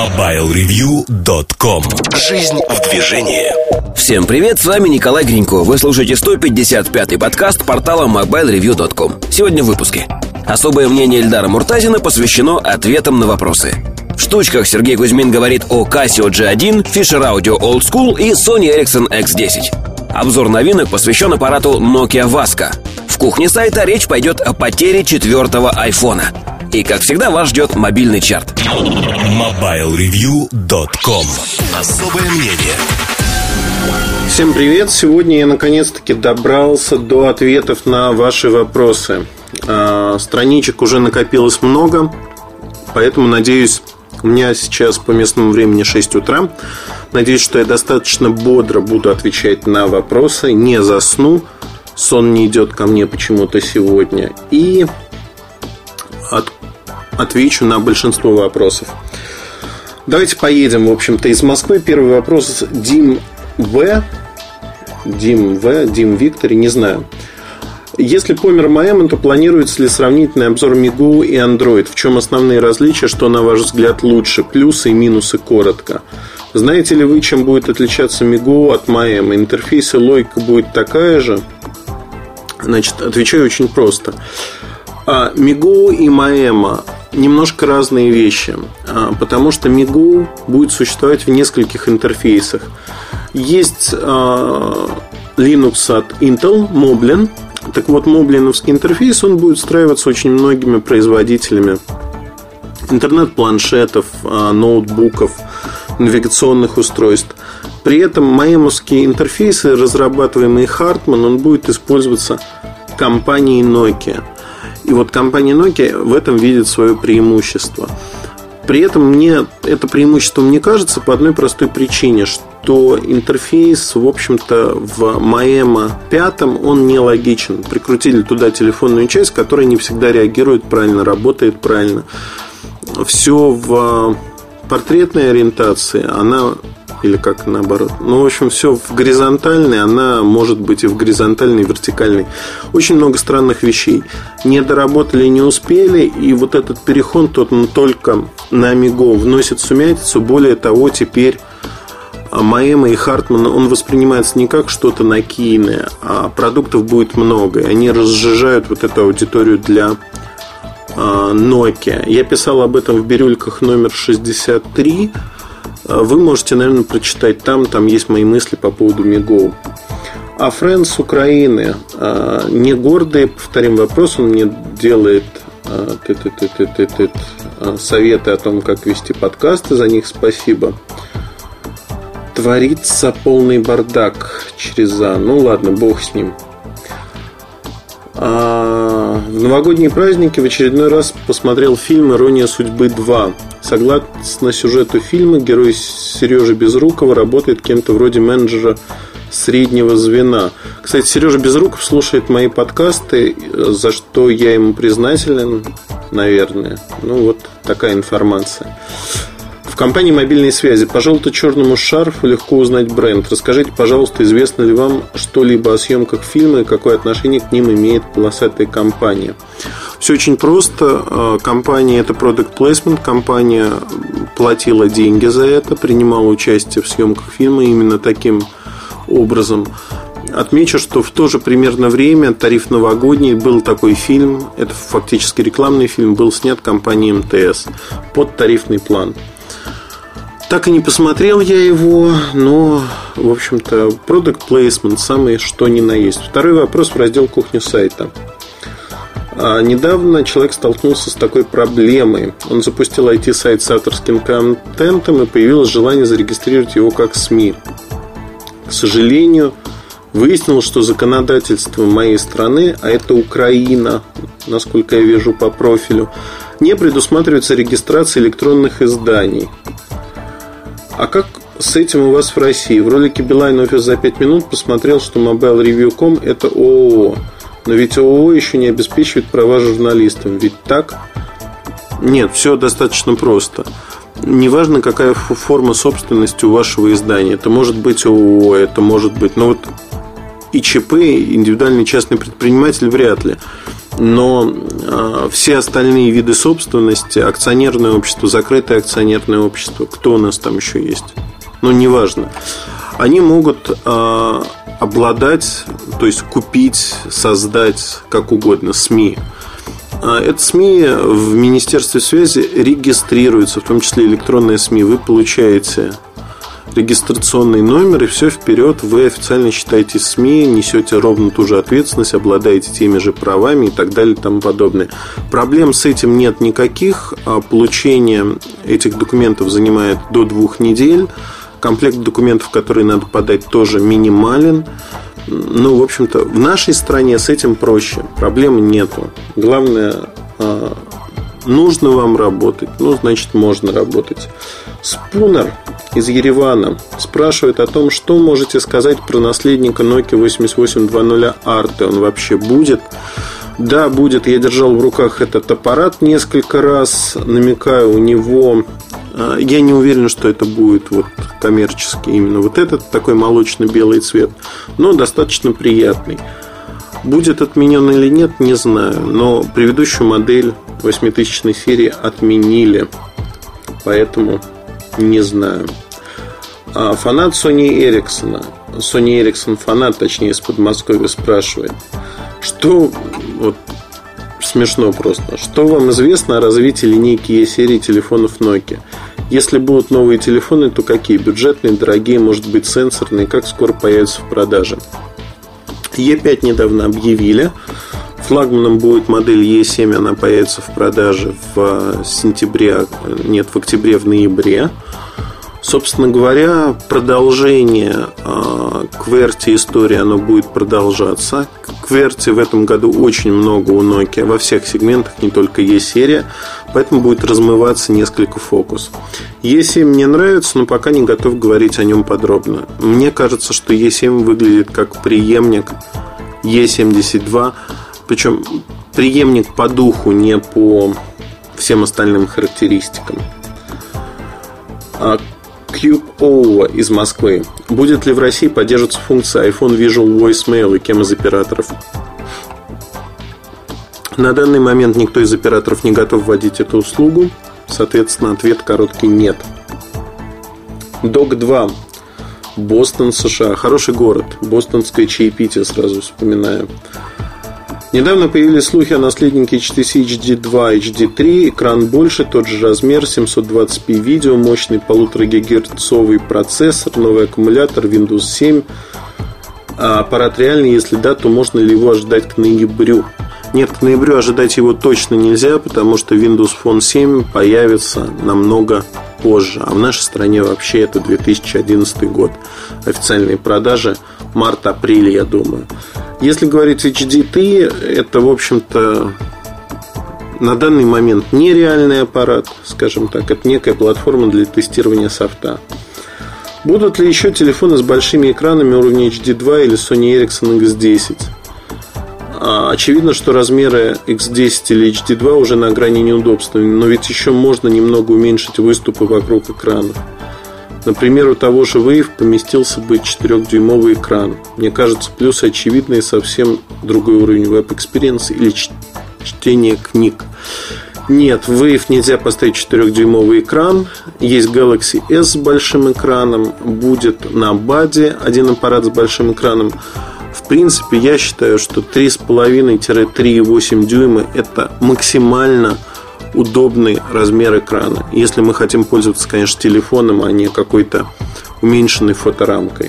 MobileReview.com. Жизнь в движении. Всем привет, с вами Николай Гринько. Вы слушаете 155-й подкаст портала MobileReview.com. Сегодня в выпуске. Особое мнение Эльдара Муртазина посвящено ответам на вопросы. В штучках Сергей Кузьмин говорит о Casio G1, Fisher Audio Old School и Sony Ericsson X10. Обзор новинок посвящен аппарату Nokia Vasco. В кухне сайта речь пойдет о потере 4-го айфона. И, как всегда, вас ждет мобильный чарт. MobileReview.com. Особое мнение. Всем привет! Сегодня я наконец-таки добрался до ответов на ваши вопросы. Страничек уже накопилось много, поэтому, надеюсь, у меня сейчас по местному времени 6 утра. Надеюсь, что я достаточно бодро буду отвечать на вопросы, не засну. Сон не идет ко мне почему-то сегодня. И отвечу на большинство вопросов. Давайте поедем, в общем-то, из Москвы. Первый вопрос Дим Виктор, не знаю. Если помер МАЭМ, то планируется ли сравнительный обзор Migo и Android? В чем основные различия, что, на ваш взгляд, лучше? Плюсы и минусы коротко. Знаете ли вы, чем будет отличаться Migo от МАЭМ? Интерфейс и логика будет такая же? Значит, отвечаю очень просто. Migo и МАЭМ немножко разные вещи, потому что Migo будет существовать в нескольких интерфейсах. Есть Linux от Intel, Moblin. Так вот, моблиновский интерфейс, он будет встраиваться очень многими производителями интернет-планшетов, ноутбуков, навигационных устройств. При этом маэмовские интерфейсы, разрабатываемые Hartman, он будет использоваться компанией Nokia. И вот компания Nokia в этом видит свое преимущество. При этом мне это преимущество не кажется по одной простой причине, что интерфейс, в общем-то, в МАЭМа 5 он нелогичен. Прикрутили туда телефонную часть, которая не всегда реагирует правильно, работает правильно. Все в портретной ориентации, она, или как наоборот, в общем, все в горизонтальной, она может быть и в горизонтальной, и в вертикальной. Очень много странных вещей. Не доработали, не успели, и вот этот переход, он только на Migo вносит сумятицу. Более того, теперь МАЭМ и Hartman, он воспринимается не как что-то нокийное, а продуктов будет много, и они разжижают вот эту аудиторию для Nokia. Я писал об этом в бирюльках номер 63. Вы можете, наверное, прочитать там есть мои мысли по поводу Migo. А Фрэн с Украины, не гордый, повторим вопрос, он мне делает советы о том, как вести подкасты, за них спасибо. Творится полный бардак через ладно, бог с ним. В новогодние праздники в очередной раз посмотрел фильм «Ирония судьбы 2». Согласно сюжету фильма, герой Сережи Безрукова работает кем-то вроде менеджера среднего звена. Кстати, Сережа Безруков слушает мои подкасты, за что я ему признателен, наверное. Вот такая информация. В компании мобильной связи по желто-черному шарфу легко узнать бренд. Расскажите, пожалуйста, известно ли вам что-либо о съемках фильма и какое отношение к ним имеет полосатая компания? Все очень просто. Компания – это Product Placement. Компания платила деньги за это, принимала участие в съемках фильма именно таким образом. Отмечу, что в то же примерно время, тариф новогодний, был такой фильм. Это фактически рекламный фильм, был снят компанией МТС под тарифный план. Так и не посмотрел я его, но, в общем-то, Product Placement самый что ни на есть. Второй вопрос в раздел «Кухня сайта». Недавно человек столкнулся с такой проблемой. Он запустил IT-сайт с авторским контентом, и появилось желание зарегистрировать его как СМИ. К сожалению, выяснилось, что законодательство моей страны, а это Украина, насколько я вижу по профилю, не предусматривается регистрация электронных изданий. А как с этим у вас в России? В ролике Билайн офис за 5 минут посмотрел, что MobileReview.com это ООО. Но ведь ООО еще не обеспечивает права журналистам. Ведь так? Нет, все достаточно просто. Неважно, какая форма собственности у вашего издания. Это может быть ООО, это может быть... ИЧП, индивидуальный частный предприниматель, вряд ли. Но все остальные виды собственности, акционерное общество, закрытое акционерное общество, кто у нас там еще есть, неважно, они могут обладать, то есть купить, создать, как угодно, СМИ. Это СМИ в Министерстве связи регистрируются, в том числе электронные СМИ. Вы получаете регистрационный номер, и все, вперед, вы официально считаетесь СМИ, несете ровно ту же ответственность, обладаете теми же правами и так далее и тому подобное. Проблем с этим нет никаких. Получение этих документов занимает до 2 недель. Комплект документов, которые надо подать, тоже минимален. В общем-то, в нашей стране с этим проще. Проблемы нету. Главное, нужно вам работать, значит, можно работать. Спунер из Еревана спрашивает о том, что можете сказать про наследника Nokia 8820 Arte. Он вообще будет? Да, будет. Я держал в руках этот аппарат несколько раз. Намекаю, у него... Я не уверен, что это будет коммерчески именно этот такой молочно-белый цвет, но достаточно приятный. Будет отменен или нет, не знаю. Но предыдущую модель 8000 серии отменили, поэтому не знаю. Фанат Sony Ericsson, Sony Ericsson фанат, точнее, из Подмосковья, спрашивает, что... Смешно просто. Что вам известно о развитии линейки E-серии телефонов Nokia? Если будут новые телефоны, то какие? Бюджетные, дорогие, может быть, сенсорные? Как скоро появятся в продаже? E5 недавно объявили. Флагманом будет модель E7. Она появится в продаже в октябре, в ноябре. Собственно говоря, продолжение QWERTY истории, оно будет продолжаться. QWERTY в этом году очень много у Nokia во всех сегментах, не только E-серия, поэтому будет размываться несколько фокус. E7 мне нравится, но пока не готов говорить о нем подробно. Мне кажется, что E7 выглядит как преемник E72, причем преемник по духу, не по всем остальным характеристикам. Cube Ова из Москвы. Будет ли в России поддерживаться функция iPhone Visual Voicemail и кем из операторов? На данный момент никто из операторов не готов вводить эту услугу. Соответственно, ответ короткий: нет. Dog 2. Бостон, США. Хороший город. Бостонское чаепитие сразу вспоминаю. Недавно появились слухи о наследнике HTC HD2, HD3. Экран больше, тот же размер, 720p видео, мощный 1,5 ГГц процессор, новый аккумулятор, Windows 7. А аппарат реальный? Если да, то можно ли его ожидать к ноябрю? Нет, к ноябрю ожидать его точно нельзя, потому что Windows Phone 7 появится намного позже. А в нашей стране вообще это 2011 год. Официальные продажи март-апрель, я думаю. Если говорить HDT, это, в общем-то, на данный момент нереальный аппарат, скажем так. Это некая платформа для тестирования софта. Будут ли еще телефоны с большими экранами уровня HD2 или Sony Ericsson X10? Очевидно, что размеры X10 или HD2 уже на грани неудобства, но ведь еще можно немного уменьшить выступы вокруг экранов. Например, у того же Wave поместился бы 4-дюймовый экран. Мне кажется, плюсы очевидны и совсем другой уровень веб-экспириенса или чтения книг. Нет, в Wave нельзя поставить 4-дюймовый экран. Есть Galaxy S с большим экраном. Будет на BUD один аппарат с большим экраном. В принципе, я считаю, что 3,5-3,8 дюйма – это максимально удобный размер экрана, если мы хотим пользоваться, конечно, телефоном, а не какой-то уменьшенной фоторамкой.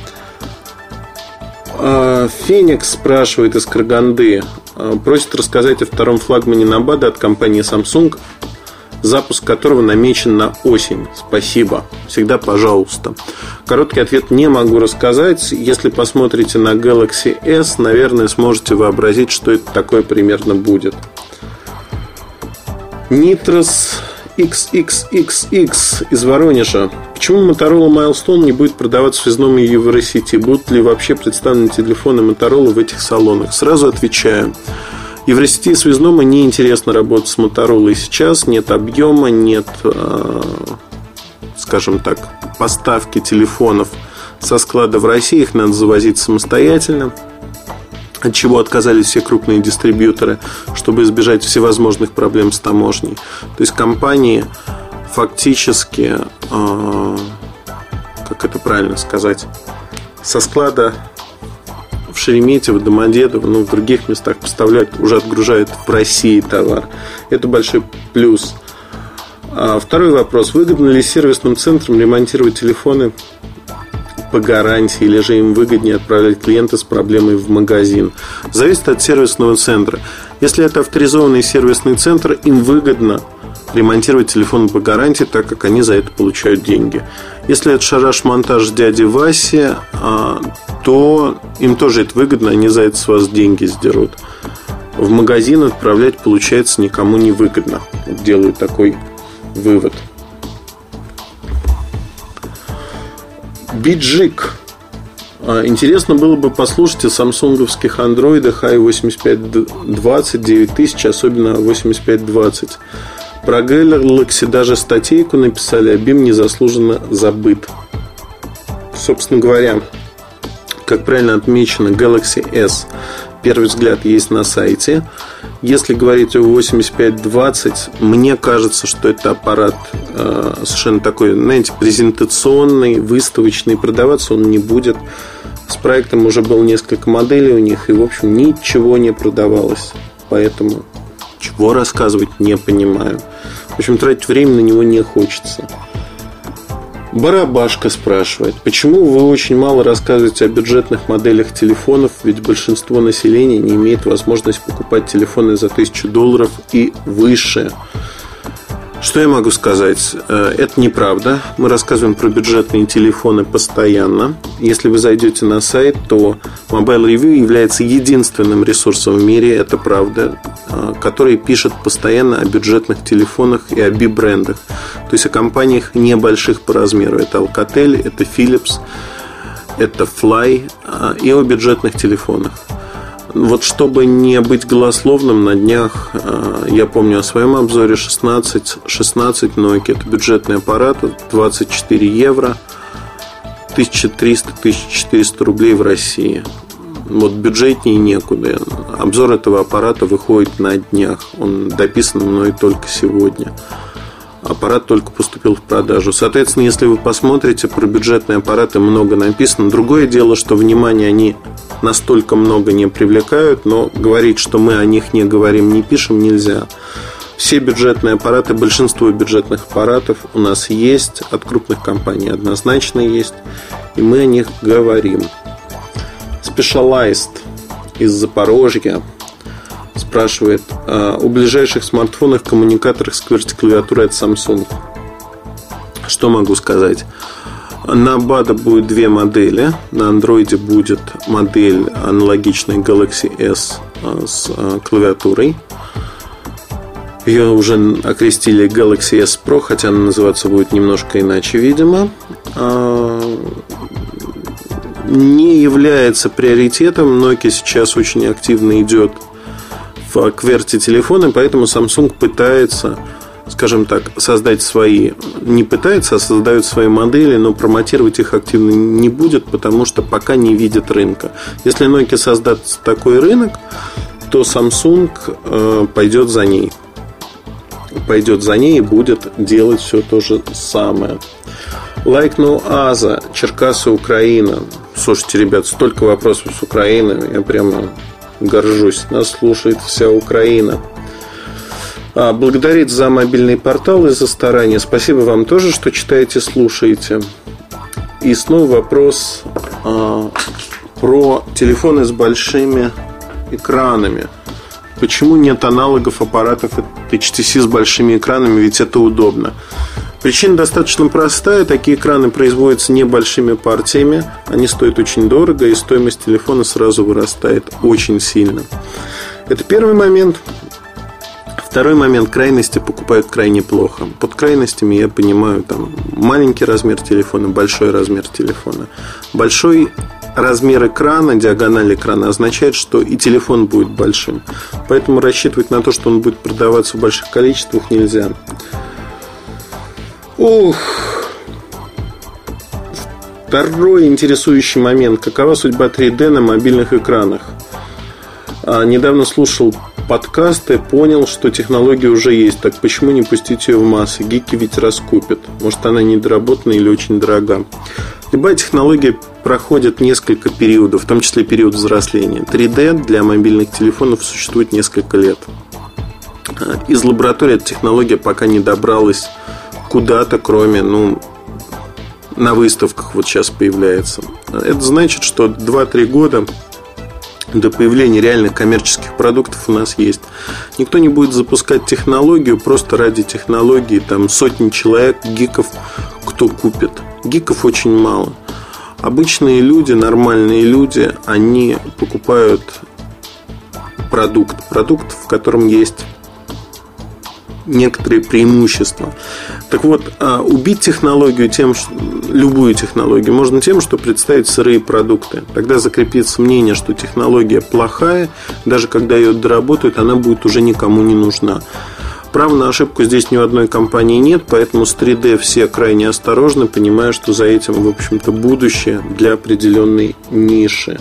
Феникс спрашивает из Караганды, просит рассказать о втором флагмане на BUD от компании Samsung, запуск которого намечен на осень. Спасибо. Всегда пожалуйста. Короткий ответ: не могу рассказать. Если посмотрите на Galaxy S, наверное, сможете вообразить, что это такое примерно будет. Nitros XXXX из Воронежа. Почему Motorola Milestone не будет продаваться в связном Евросети? Будут ли вообще представлены телефоны Motorola в этих салонах? Сразу отвечаю. Евросети и связном неинтересно работать с Motorola сейчас. Нет объема, нет, скажем так, поставки телефонов со склада в России, их надо завозить самостоятельно, от чего отказались все крупные дистрибьюторы, чтобы избежать всевозможных проблем с таможней. То есть компании фактически, как это правильно сказать, со склада в Шереметьево, Домодедово, в других местах поставляют, уже отгружают в России товар. Это большой плюс. Второй вопрос. Выгодно ли сервисным центрам ремонтировать телефоны по гарантии, или же им выгоднее отправлять клиента с проблемой в магазин? Зависит от сервисного центра. Если это авторизованный сервисный центр, им выгодно ремонтировать телефон по гарантии, так как они за это получают деньги. Если это шараш-монтаж дяди Васи, то им тоже это выгодно, они за это с вас деньги сдерут. В магазин отправлять, получается, никому не выгодно. Делаю такой вывод. Биджик. Интересно было бы послушать о самсунговских андроидах i8520, 9000, особенно 8520. Про Galaxy даже статейку написали, а BIM незаслуженно забыт. Собственно говоря, как правильно отмечено, Galaxy S, первый взгляд, есть на сайте. Если говорить о 8520, мне кажется, что это аппарат совершенно такой, знаете, презентационный, выставочный. Продаваться он не будет. С проектом уже было несколько моделей у них, и, в общем, ничего не продавалось. Поэтому чего рассказывать, не понимаю. В общем, тратить время на него не хочется. Барабашка спрашивает: почему вы очень мало рассказываете о бюджетных моделях телефонов, ведь большинство населения не имеет возможности покупать телефоны за $1000 и выше? Что я могу сказать? Это неправда. Мы рассказываем про бюджетные телефоны постоянно. Если вы зайдете на сайт, то Mobile Review является единственным ресурсом в мире, это правда, который пишет постоянно о бюджетных телефонах и о B-брендах. То есть о компаниях небольших по размеру. Это Alcatel, это Philips, это Fly, и о бюджетных телефонах. Вот чтобы не быть голословным, на днях я помню о своем обзоре 16 Nokia. Это бюджетный аппарат, 24 евро, 1300-1400 рублей в России. Вот бюджетнее некуда. Обзор этого аппарата выходит на днях. Он дописан мной только сегодня. Аппарат только поступил в продажу. Соответственно, если вы посмотрите, про бюджетные аппараты много написано. Другое дело, что внимание они настолько много не привлекают, но говорить, что мы о них не говорим, не пишем, нельзя. Все бюджетные аппараты, большинство бюджетных аппаратов у нас есть. От крупных компаний однозначно есть. И мы о них говорим. Specialized из Запорожья спрашивает о ближайших смартфонах, коммуникаторах с QWERTY-клавиатурой от Samsung. Что могу сказать? На BADA будет две модели. На Android будет модель аналогичной Galaxy S с клавиатурой. Ее уже окрестили Galaxy S Pro, хотя она называться будет немножко иначе, видимо. Не является приоритетом. Nokia сейчас очень активно идет в QWERTY телефоны, поэтому Samsung пытается, скажем так, создать свои, не пытается, а создает свои модели, но промотировать их активно не будет, потому что пока не видит рынка. Если Nokia создаст такой рынок, то Samsung пойдет за ней. Пойдет за ней и будет делать все то же самое. Like No Asa, Черкассы, Украина. Слушайте, ребят, столько вопросов с Украины. Я прямо горжусь. Нас слушает вся Украина. Благодарит за мобильный портал и за старания. Спасибо вам тоже, что читаете, слушаете. И снова вопрос про телефоны с большими экранами. Почему нет аналогов аппаратов HTC с большими экранами? Ведь это удобно. Причина достаточно простая. Такие экраны производятся небольшими партиями. Они стоят очень дорого, и стоимость телефона сразу вырастает очень сильно. Это первый момент. Второй момент. Крайности покупают крайне плохо. Под крайностями я понимаю там маленький размер телефона, большой размер телефона. Большой размер экрана, диагональ экрана означает, что и телефон будет большим. Поэтому рассчитывать на то, что он будет продаваться в больших количествах, нельзя. Второй интересующий момент. Какова судьба 3D на мобильных экранах? Недавно слушал подкасты, понял, что технология уже есть. Так почему не пустить ее в массы? Гики ведь раскупят. Может, она недоработана или очень дорога. Любая технология проходит несколько периодов, в том числе период взросления. 3D для мобильных телефонов существует несколько лет. Из лаборатории эта технология пока не добралась куда-то, кроме, на выставках вот сейчас появляется. Это значит, что 2-3 года до появления реальных коммерческих продуктов у нас есть. Никто не будет запускать технологию просто ради технологии. Там сотни человек, гиков, кто купит. Гиков очень мало. Обычные люди, нормальные люди, они покупают продукт, в котором есть некоторые преимущества. Так вот, убить технологию любую технологию можно тем, что представить сырые продукты. Тогда закрепится мнение, что технология плохая, даже когда ее доработают, она будет уже никому не нужна. Права на ошибку здесь ни у одной компании нет, поэтому с 3D все крайне осторожны, понимая, что за этим, в общем-то, будущее для определенной ниши.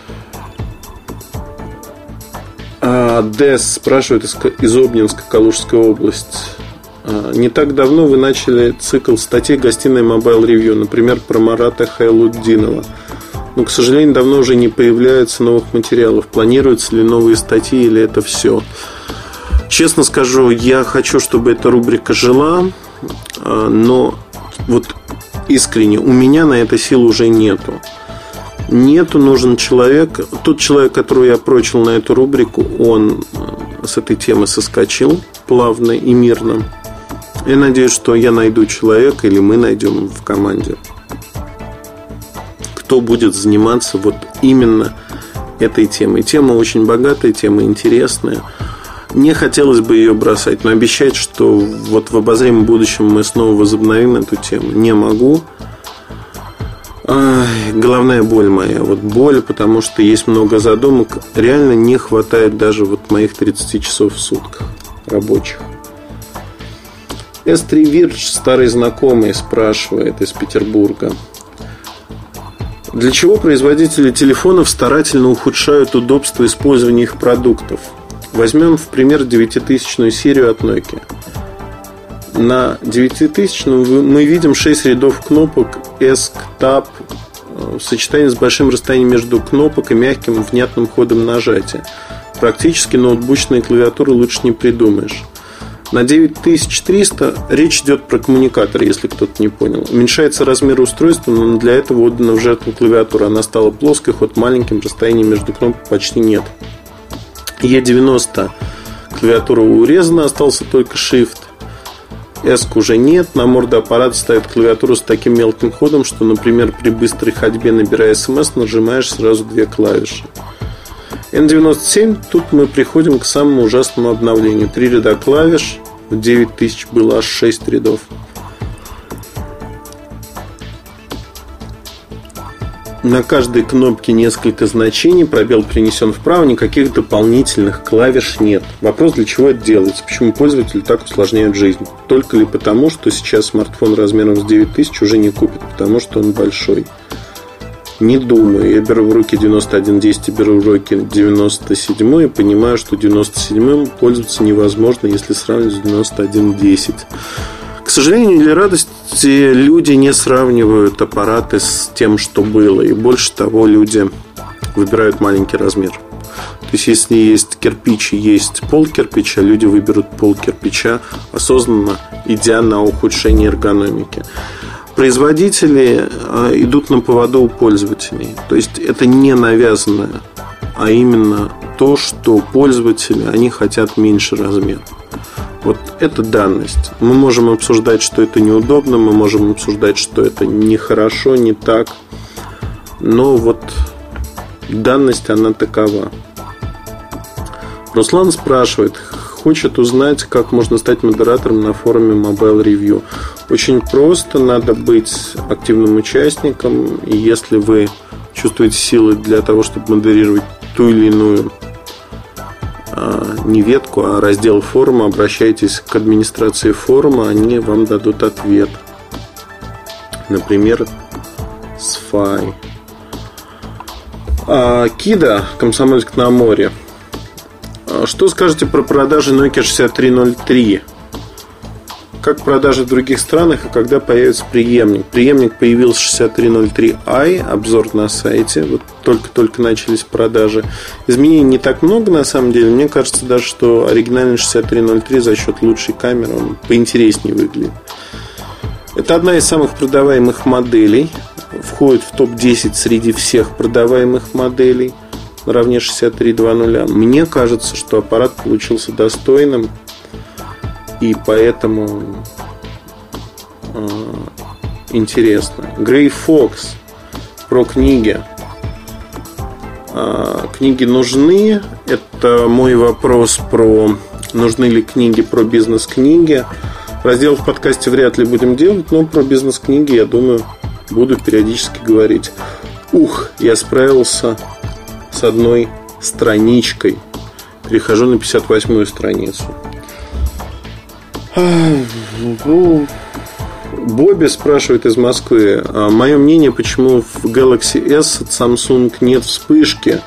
Дес спрашивает из Обнинска, Калужская область. Не так давно вы начали цикл статей «Гостиная Mobile Review», например, про Марата Хайлутдинова. Но, к сожалению, давно уже не появляется новых материалов. Планируются ли новые статьи или это все? Честно скажу, я хочу, чтобы эта рубрика жила, но вот искренне у меня на это сил уже нету. Нужен человек. Тот человек, которого я прочил на эту рубрику, он с этой темы соскочил плавно и мирно. Я надеюсь, что я найду человека, или мы найдем в команде, кто будет заниматься вот именно этой темой. Тема очень богатая, тема интересная. Не хотелось бы ее бросать, но обещать, что вот в обозримом будущем мы снова возобновим эту тему, не могу. Головная боль моя. Вот боль, потому что есть много задумок. Реально не хватает даже вот моих 30 часов в сутках рабочих. S3 Virge, старый знакомый, спрашивает из Петербурга. Для чего производители телефонов старательно ухудшают удобство использования их продуктов? Возьмем в пример 9000-ную серию от Nokia. На 9000 мы видим 6 рядов кнопок ESC, TAP в сочетании с большим расстоянием между кнопок и мягким внятным ходом нажатия. Практически ноутбучные клавиатуры лучше не придумаешь. На 9300 речь идет про коммуникатор, если кто-то не понял. Уменьшается размер устройства, но для этого отдана в жертву клавиатура. Она стала плоской, ход маленьким, расстояния между кнопок почти нет. E90 клавиатура урезана, остался только Shift. S уже нет. На морду аппарата ставит клавиатуру с таким мелким ходом, что, например, при быстрой ходьбе, набирая смс, нажимаешь сразу 2 клавиши. N97, тут мы приходим к самому ужасному обновлению. 3 ряда клавиш, в 9000 было аж 6 рядов. На каждой кнопке несколько значений, пробел перенесен вправо, никаких дополнительных клавиш нет. Вопрос, для чего это делается? Почему пользователи так усложняют жизнь? Только ли потому, что сейчас смартфон размером с 9000 уже не купит, потому что он большой? Не думаю. Я беру в руки 9110 и беру в руки 97 и понимаю, что 97 пользоваться невозможно, если сравнивать с 9110. К сожалению или радости, люди не сравнивают аппараты с тем, что было. И больше того, люди выбирают маленький размер. То есть, если есть кирпич и есть пол кирпича, люди выберут пол кирпича, осознанно идя на ухудшение эргономики. Производители идут на поводу у пользователей. То есть, это не навязанное, а именно то, что пользователи, они хотят меньше размер. Вот это данность. Мы можем обсуждать, что это неудобно, мы можем обсуждать, что это нехорошо, не так. Но вот данность, она такова. Руслан спрашивает, хочет узнать, как можно стать модератором на форуме Mobile Review. Очень просто, надо быть активным участником. И если вы чувствуете силы для того, чтобы модерировать ту или иную не ветку, а раздел форума, обращайтесь к администрации форума, они вам дадут ответ. Например, Сфай. Кида, Комсомольск-на-Амуре. Что скажете про продажи Nokia 6303? Как продажи в других странах и когда появится преемник? Преемник появился 6303i, обзор на сайте. Вот только-только начались продажи. Изменений не так много на самом деле. Мне кажется даже, что оригинальный 6303 за счет лучшей камеры он поинтереснее выглядит. Это одна из самых продаваемых моделей. Входит в топ-10 среди всех продаваемых моделей. Наравне 6320. Мне кажется, что аппарат получился достойным. И поэтому интересно. Грей Фокс про книги. Книги нужны. Это мой вопрос про нужны ли книги про бизнес-книги. Раздел в подкасте вряд ли будем делать, но про бизнес-книги, я думаю, буду периодически говорить. Я справился с одной страничкой. Перехожу на 58-ю страницу. Бобби спрашивает из Москвы. Мое мнение, почему в Galaxy S от Samsung нет вспышки.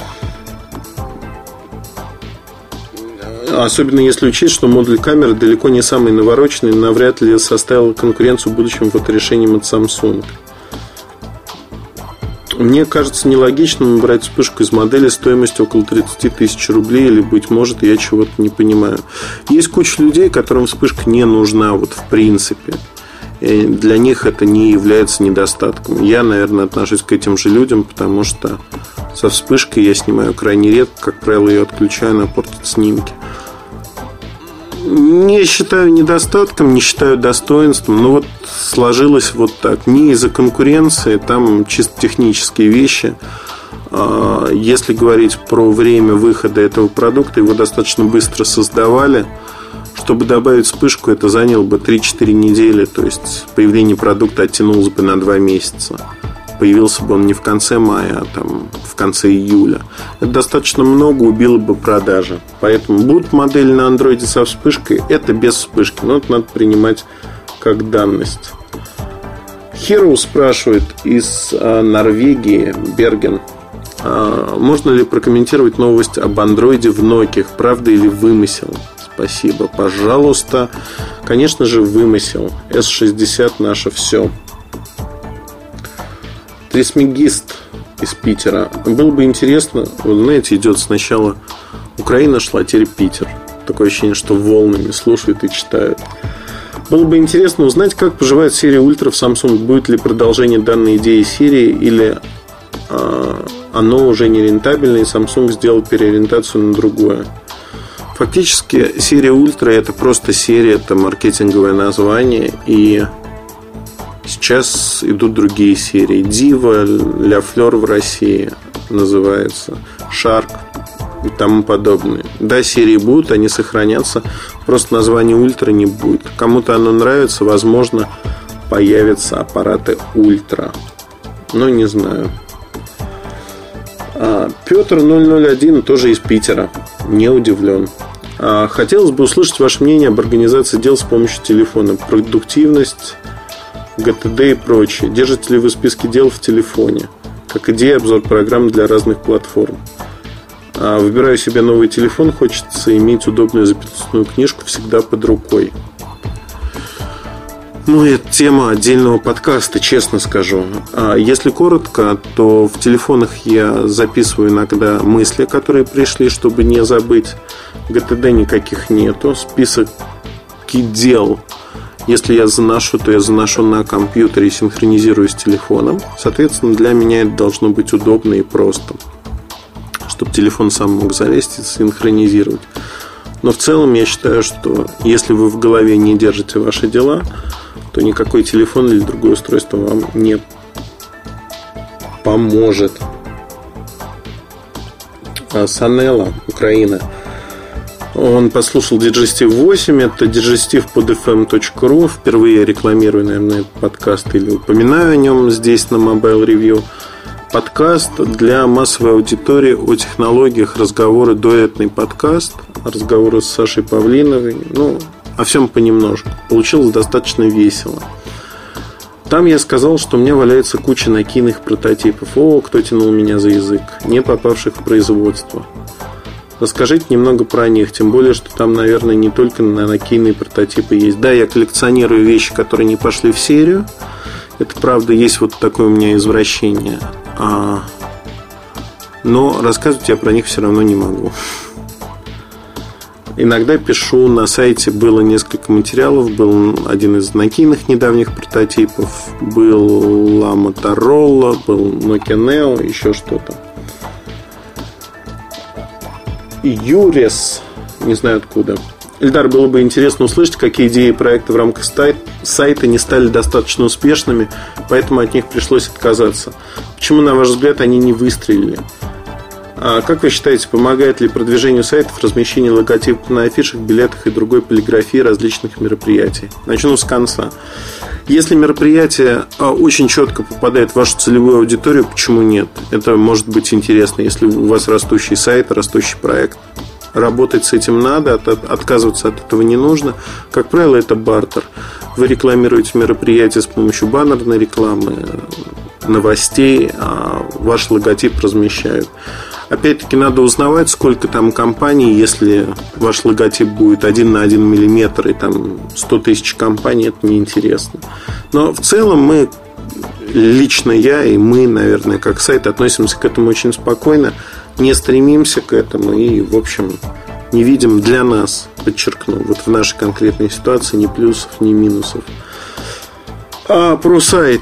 Особенно если учесть, что модуль камеры далеко не самый навороченный, навряд ли составил конкуренцию будущим фоторешениям от Samsung. Мне кажется нелогичным брать вспышку из модели стоимостью около 30 тысяч рублей. Или, быть может, я чего-то не понимаю. Есть куча людей, которым вспышка не нужна вот в принципе. И для них это не является недостатком. Я, наверное, отношусь к этим же людям, потому что со вспышкой я снимаю крайне редко. Как правило, ее отключаю, она портит снимки. Не считаю недостатком, не считаю достоинством. Но вот сложилось вот так. Не из-за конкуренции, там чисто технические вещи. Если говорить про время выхода этого продукта, его достаточно быстро создавали. Чтобы добавить вспышку, это заняло бы 3-4 недели. То есть появление продукта оттянулось бы на 2 месяца. Появился бы он не в конце мая, а там в конце июля. Это достаточно много, убило бы продажи. Поэтому будут модели на андроиде со вспышкой. Это без вспышки, но это надо принимать как данность. Hero спрашивает из Норвегии, Берген. Можно ли прокомментировать новость об андроиде в Nokia? Правда или вымысел? Спасибо, пожалуйста. Конечно же, вымысел. S60 наше все. Трисмегист из Питера. Было бы интересно, вот знаете, идет сначала Украина, шла, теперь Питер. Такое ощущение, что волнами слушают и читают. Было бы интересно узнать, как поживает серия Ультра в Samsung. Будет ли продолжение данной идеи серии, или оно уже не рентабельно, и Samsung сделал переориентацию на другое. Фактически серия Ультра — это просто серия, это маркетинговое название. И сейчас идут другие серии. Дива, Ля Флёр в России называется, Шарк и тому подобное. Да, серии будут, они сохранятся. Просто название Ультра не будет. Кому-то оно нравится, возможно, появятся аппараты Ультра. Но не знаю. Петр 001 тоже из Питера. Не удивлен. Хотелось бы услышать ваше мнение об организации дел с помощью телефона. Продуктивность, ГТД и прочее. Держите ли вы списки дел в телефоне? Как идея, обзор программ для разных платформ. Выбираю себе новый телефон. Хочется иметь удобную записную книжку всегда под рукой. Ну, это тема отдельного подкаста, честно скажу. Если коротко, то в телефонах я записываю иногда мысли, которые пришли, чтобы не забыть. ГТД никаких нету. Список дел, если я заношу, то я заношу на компьютере и синхронизирую с телефоном. Соответственно, для меня это должно быть удобно и просто, чтобы телефон сам мог залезть и синхронизировать. Но в целом я считаю, что если вы в голове не держите ваши дела, то никакой телефон или другое устройство вам не поможет. Санелла, Украина. Он послушал Digestive 8. Это Digestive под fm.ru. Впервые я рекламирую, наверное, этот подкаст или упоминаю о нем здесь на Mobile Review. Подкаст для массовой аудитории о технологиях, разговоры, дуэтный подкаст. Разговоры с Сашей Павлиновой. Ну, о всем понемножку. Получилось достаточно весело. Там я сказал, что у меня валяется куча накийных прототипов. О, кто тянул меня за язык, не попавших в производство. Расскажите немного про них. Тем более, что там, наверное, не только накийные прототипы есть. Да, я коллекционирую вещи, которые не пошли в серию. Это правда, есть вот такое у меня извращение. Но рассказывать я про них все равно не могу. Иногда пишу, на сайте было несколько материалов. Был один из накийных недавних прототипов. Была Motorola, был Nokia Neo, еще что-то. Юрис, не знаю откуда. Эльдар, было бы интересно услышать, какие идеи и проекты в рамках сайта не стали достаточно успешными, поэтому от них пришлось отказаться. Почему, на ваш взгляд, они не выстрелили? А как вы считаете, помогает ли продвижению сайтов размещение логотипов на афишах, билетах и другой полиграфии различных мероприятий? Начну с конца. Если мероприятие очень четко попадает в вашу целевую аудиторию, почему нет? Это может быть интересно, если у вас растущий сайт, растущий проект. Работать с этим надо, отказываться от этого не нужно. Как правило, это бартер. Вы рекламируете мероприятие с помощью баннерной рекламы, новостей, а ваш логотип размещают. Опять-таки надо узнавать, сколько там компаний. Если ваш логотип будет 1 на 1 миллиметр и там 100 тысяч компаний, это неинтересно. Но в целом мы, лично я и мы, наверное, как сайт, относимся к этому очень спокойно. Не стремимся к этому и, в общем, не видим для нас, подчеркну, вот в нашей конкретной ситуации ни плюсов, ни минусов. А про сайт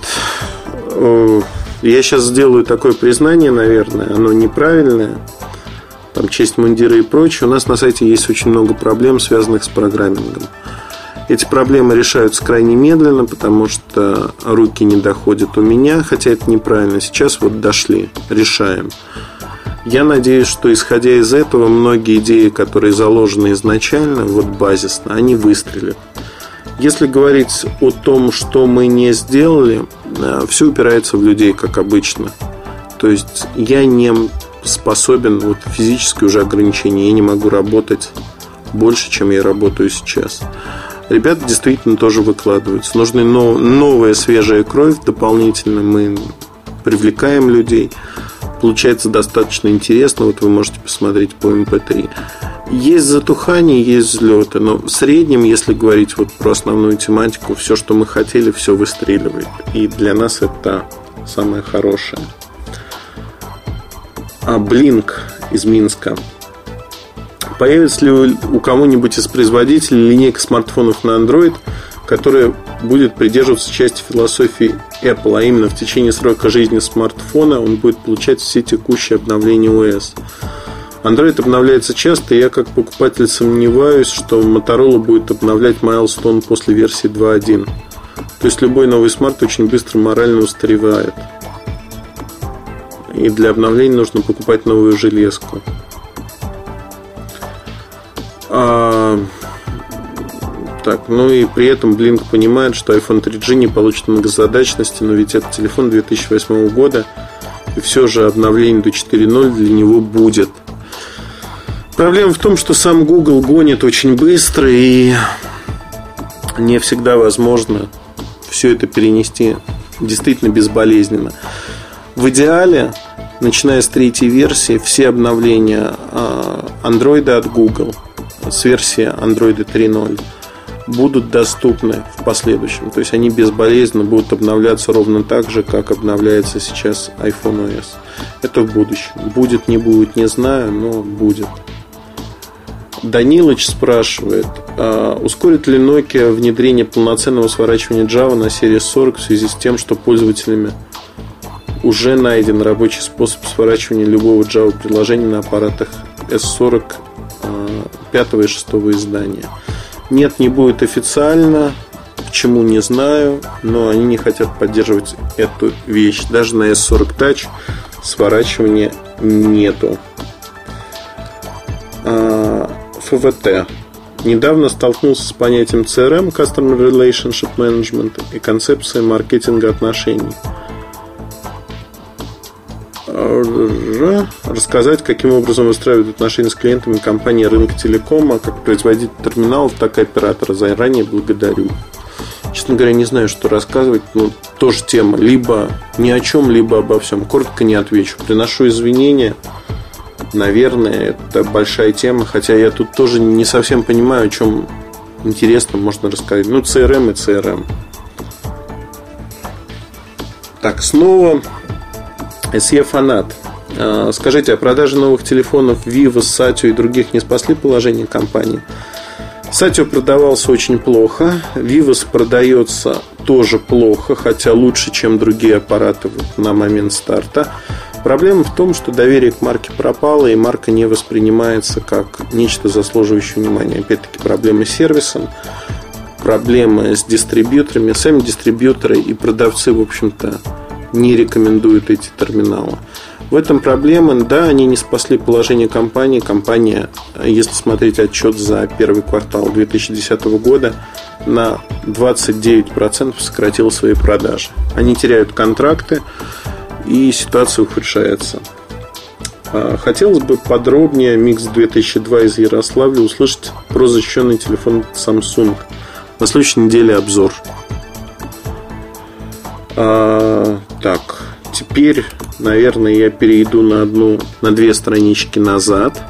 я сейчас сделаю такое признание, наверное, оно неправильное. Там честь мундира и прочее. У нас на сайте есть очень много проблем, связанных с программингом. Эти проблемы решаются крайне медленно, потому что руки не доходят у меня, хотя это неправильно. Сейчас вот дошли, решаем. Я надеюсь, что исходя из этого, многие идеи, которые заложены изначально, вот базисно, они выстрелят. Если говорить о том, что мы не сделали, все упирается в людей, как обычно. То есть я не способен, вот физически уже ограничения, я не могу работать больше, чем я работаю сейчас. Ребята действительно тоже выкладываются. Нужна новая свежая кровь. Дополнительно мы привлекаем людей. Получается достаточно интересно. Вот вы можете посмотреть по MP3. Есть затухание, есть взлеты. Но в среднем, если говорить вот про основную тематику, все, что мы хотели, все выстреливает. И для нас это самое хорошее. Blink из Минска. Появится ли у кого-нибудь из производителей линейка смартфонов на Android, которая будет придерживаться части философии Apple, а именно в течение срока жизни смартфона он будет получать все текущие обновления ОС. Android обновляется часто, и я как покупатель сомневаюсь, что Motorola будет обновлять Milestone после версии 2.1. То есть любой новый смарт очень быстро морально устаревает. И для обновления нужно покупать новую железку. Так, ну и при этом Blink понимает, что iPhone 3G не получит многозадачности, но ведь это телефон 2008 года, и все же обновление до 4.0 для него будет. Проблема в том, что сам Google гонит очень быстро, и не всегда возможно все это перенести действительно безболезненно. В идеале, начиная с 3-й версии, все обновления Android от Google с версии Android 3.0 будут доступны в последующем. То есть они безболезненно будут обновляться ровно так же, как обновляется сейчас iPhone OS. Это в будущем. Будет, не будет, не знаю, но будет. Данилыч спрашивает, ускорит ли Nokia внедрение полноценного сворачивания Java на Series 40 в связи с тем, что пользователями уже найден рабочий способ сворачивания любого Java приложения на аппаратах S40 5 и 6 издания. Нет, не будет официально. Почему, не знаю. Но они не хотят поддерживать эту вещь. Даже на S40 Touch сворачивания нету. ФВТ. Недавно столкнулся с понятием CRM, Customer Relationship Management, и концепцией маркетинга отношений. Рассказать, каким образом выстраивают отношения с клиентами компании Рынок Телекома, как производитель терминалов, так и оператора. Заранее благодарю. честно говоря, не знаю, что рассказывать. Тоже тема. Либо ни о чем, либо обо всем. Коротко не отвечу. Приношу извинения. Наверное, это большая тема. Хотя я тут тоже не совсем понимаю, о чем интересно можно рассказать. CRM и CRM. Так, снова SE Фанат. Скажите, а продажи новых телефонов Vivo, Satio и других не спасли положение компании? Satio продавался очень плохо. Vivos продается тоже плохо, хотя лучше, чем другие аппараты на момент старта. Проблема в том, что доверие к марке пропало, и марка не воспринимается как нечто заслуживающее внимания. Опять-таки проблемы с сервисом, проблемы с дистрибьюторами. Сами дистрибьюторы и продавцы, в общем-то, не рекомендуют эти терминалы. В этом проблема, да, они не спасли положение компании. Компания, если смотреть отчет за первый квартал 2010 года, на 29% сократила свои продажи. Они теряют контракты, и ситуация ухудшается. Хотелось бы подробнее Mix 2002 из Ярославля услышать про защищенный телефон Samsung. На следующей неделе обзор. Так, теперь, наверное, я перейду на две странички назад.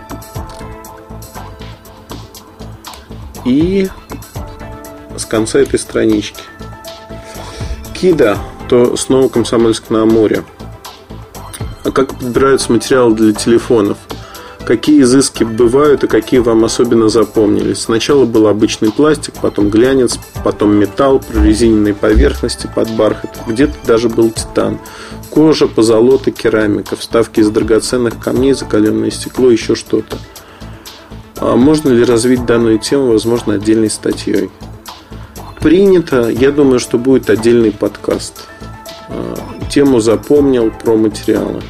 И с конца этой странички. Кида, то снова Комсомольск-на-Амуре. А как подбираются материалы для телефонов? Какие изыски бывают и какие вам особенно запомнились? Сначала был обычный пластик, потом глянец, потом металл, прорезиненные поверхности под бархат. Где-то даже был титан. Кожа, позолота, керамика, вставки из драгоценных камней, закаленное стекло, еще что-то. А можно ли развить данную тему, возможно, отдельной статьей? Принято. Я думаю, что будет отдельный подкаст. Тему запомнил, про материалы.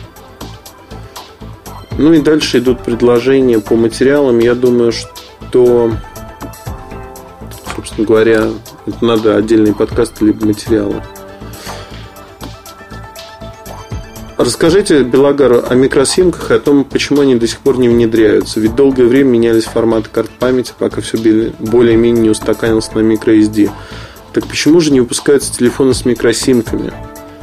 И дальше идут предложения по материалам. Я думаю, что, собственно говоря, это надо отдельный подкаст либо материалы. Расскажите Белогару о микросимках и о том, почему они до сих пор не внедряются. Ведь долгое время менялись форматы карт памяти, пока все более-менее не устаканилось на microSD. Так почему же не выпускаются телефоны с микросимками?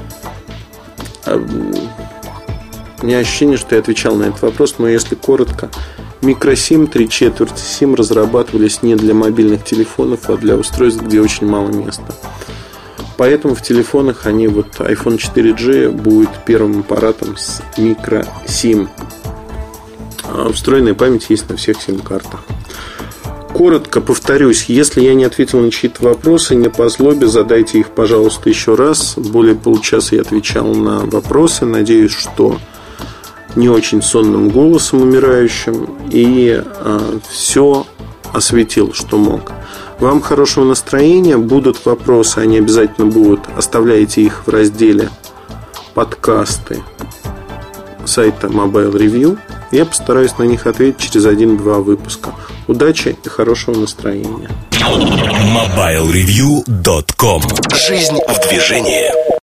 У меня ощущение, что я отвечал на этот вопрос, но если коротко, микросим, 3/4 сим разрабатывались не для мобильных телефонов, а для устройств, где очень мало места. Поэтому в телефонах iPhone 4G будет первым аппаратом с микросим. А встроенная память есть на всех сим-картах. Коротко повторюсь, если я не ответил на чьи-то вопросы, не по злобе, задайте их, пожалуйста, еще раз. Более получаса я отвечал на вопросы. Надеюсь, что не очень сонным голосом умирающим. И все осветил, что мог. Вам хорошего настроения. Будут вопросы, они обязательно будут. Оставляйте их в разделе подкасты сайта Mobile Review. Я постараюсь на них ответить через 1-2 выпуска. Удачи и хорошего настроения. MobileReview.com. Жизнь в движении.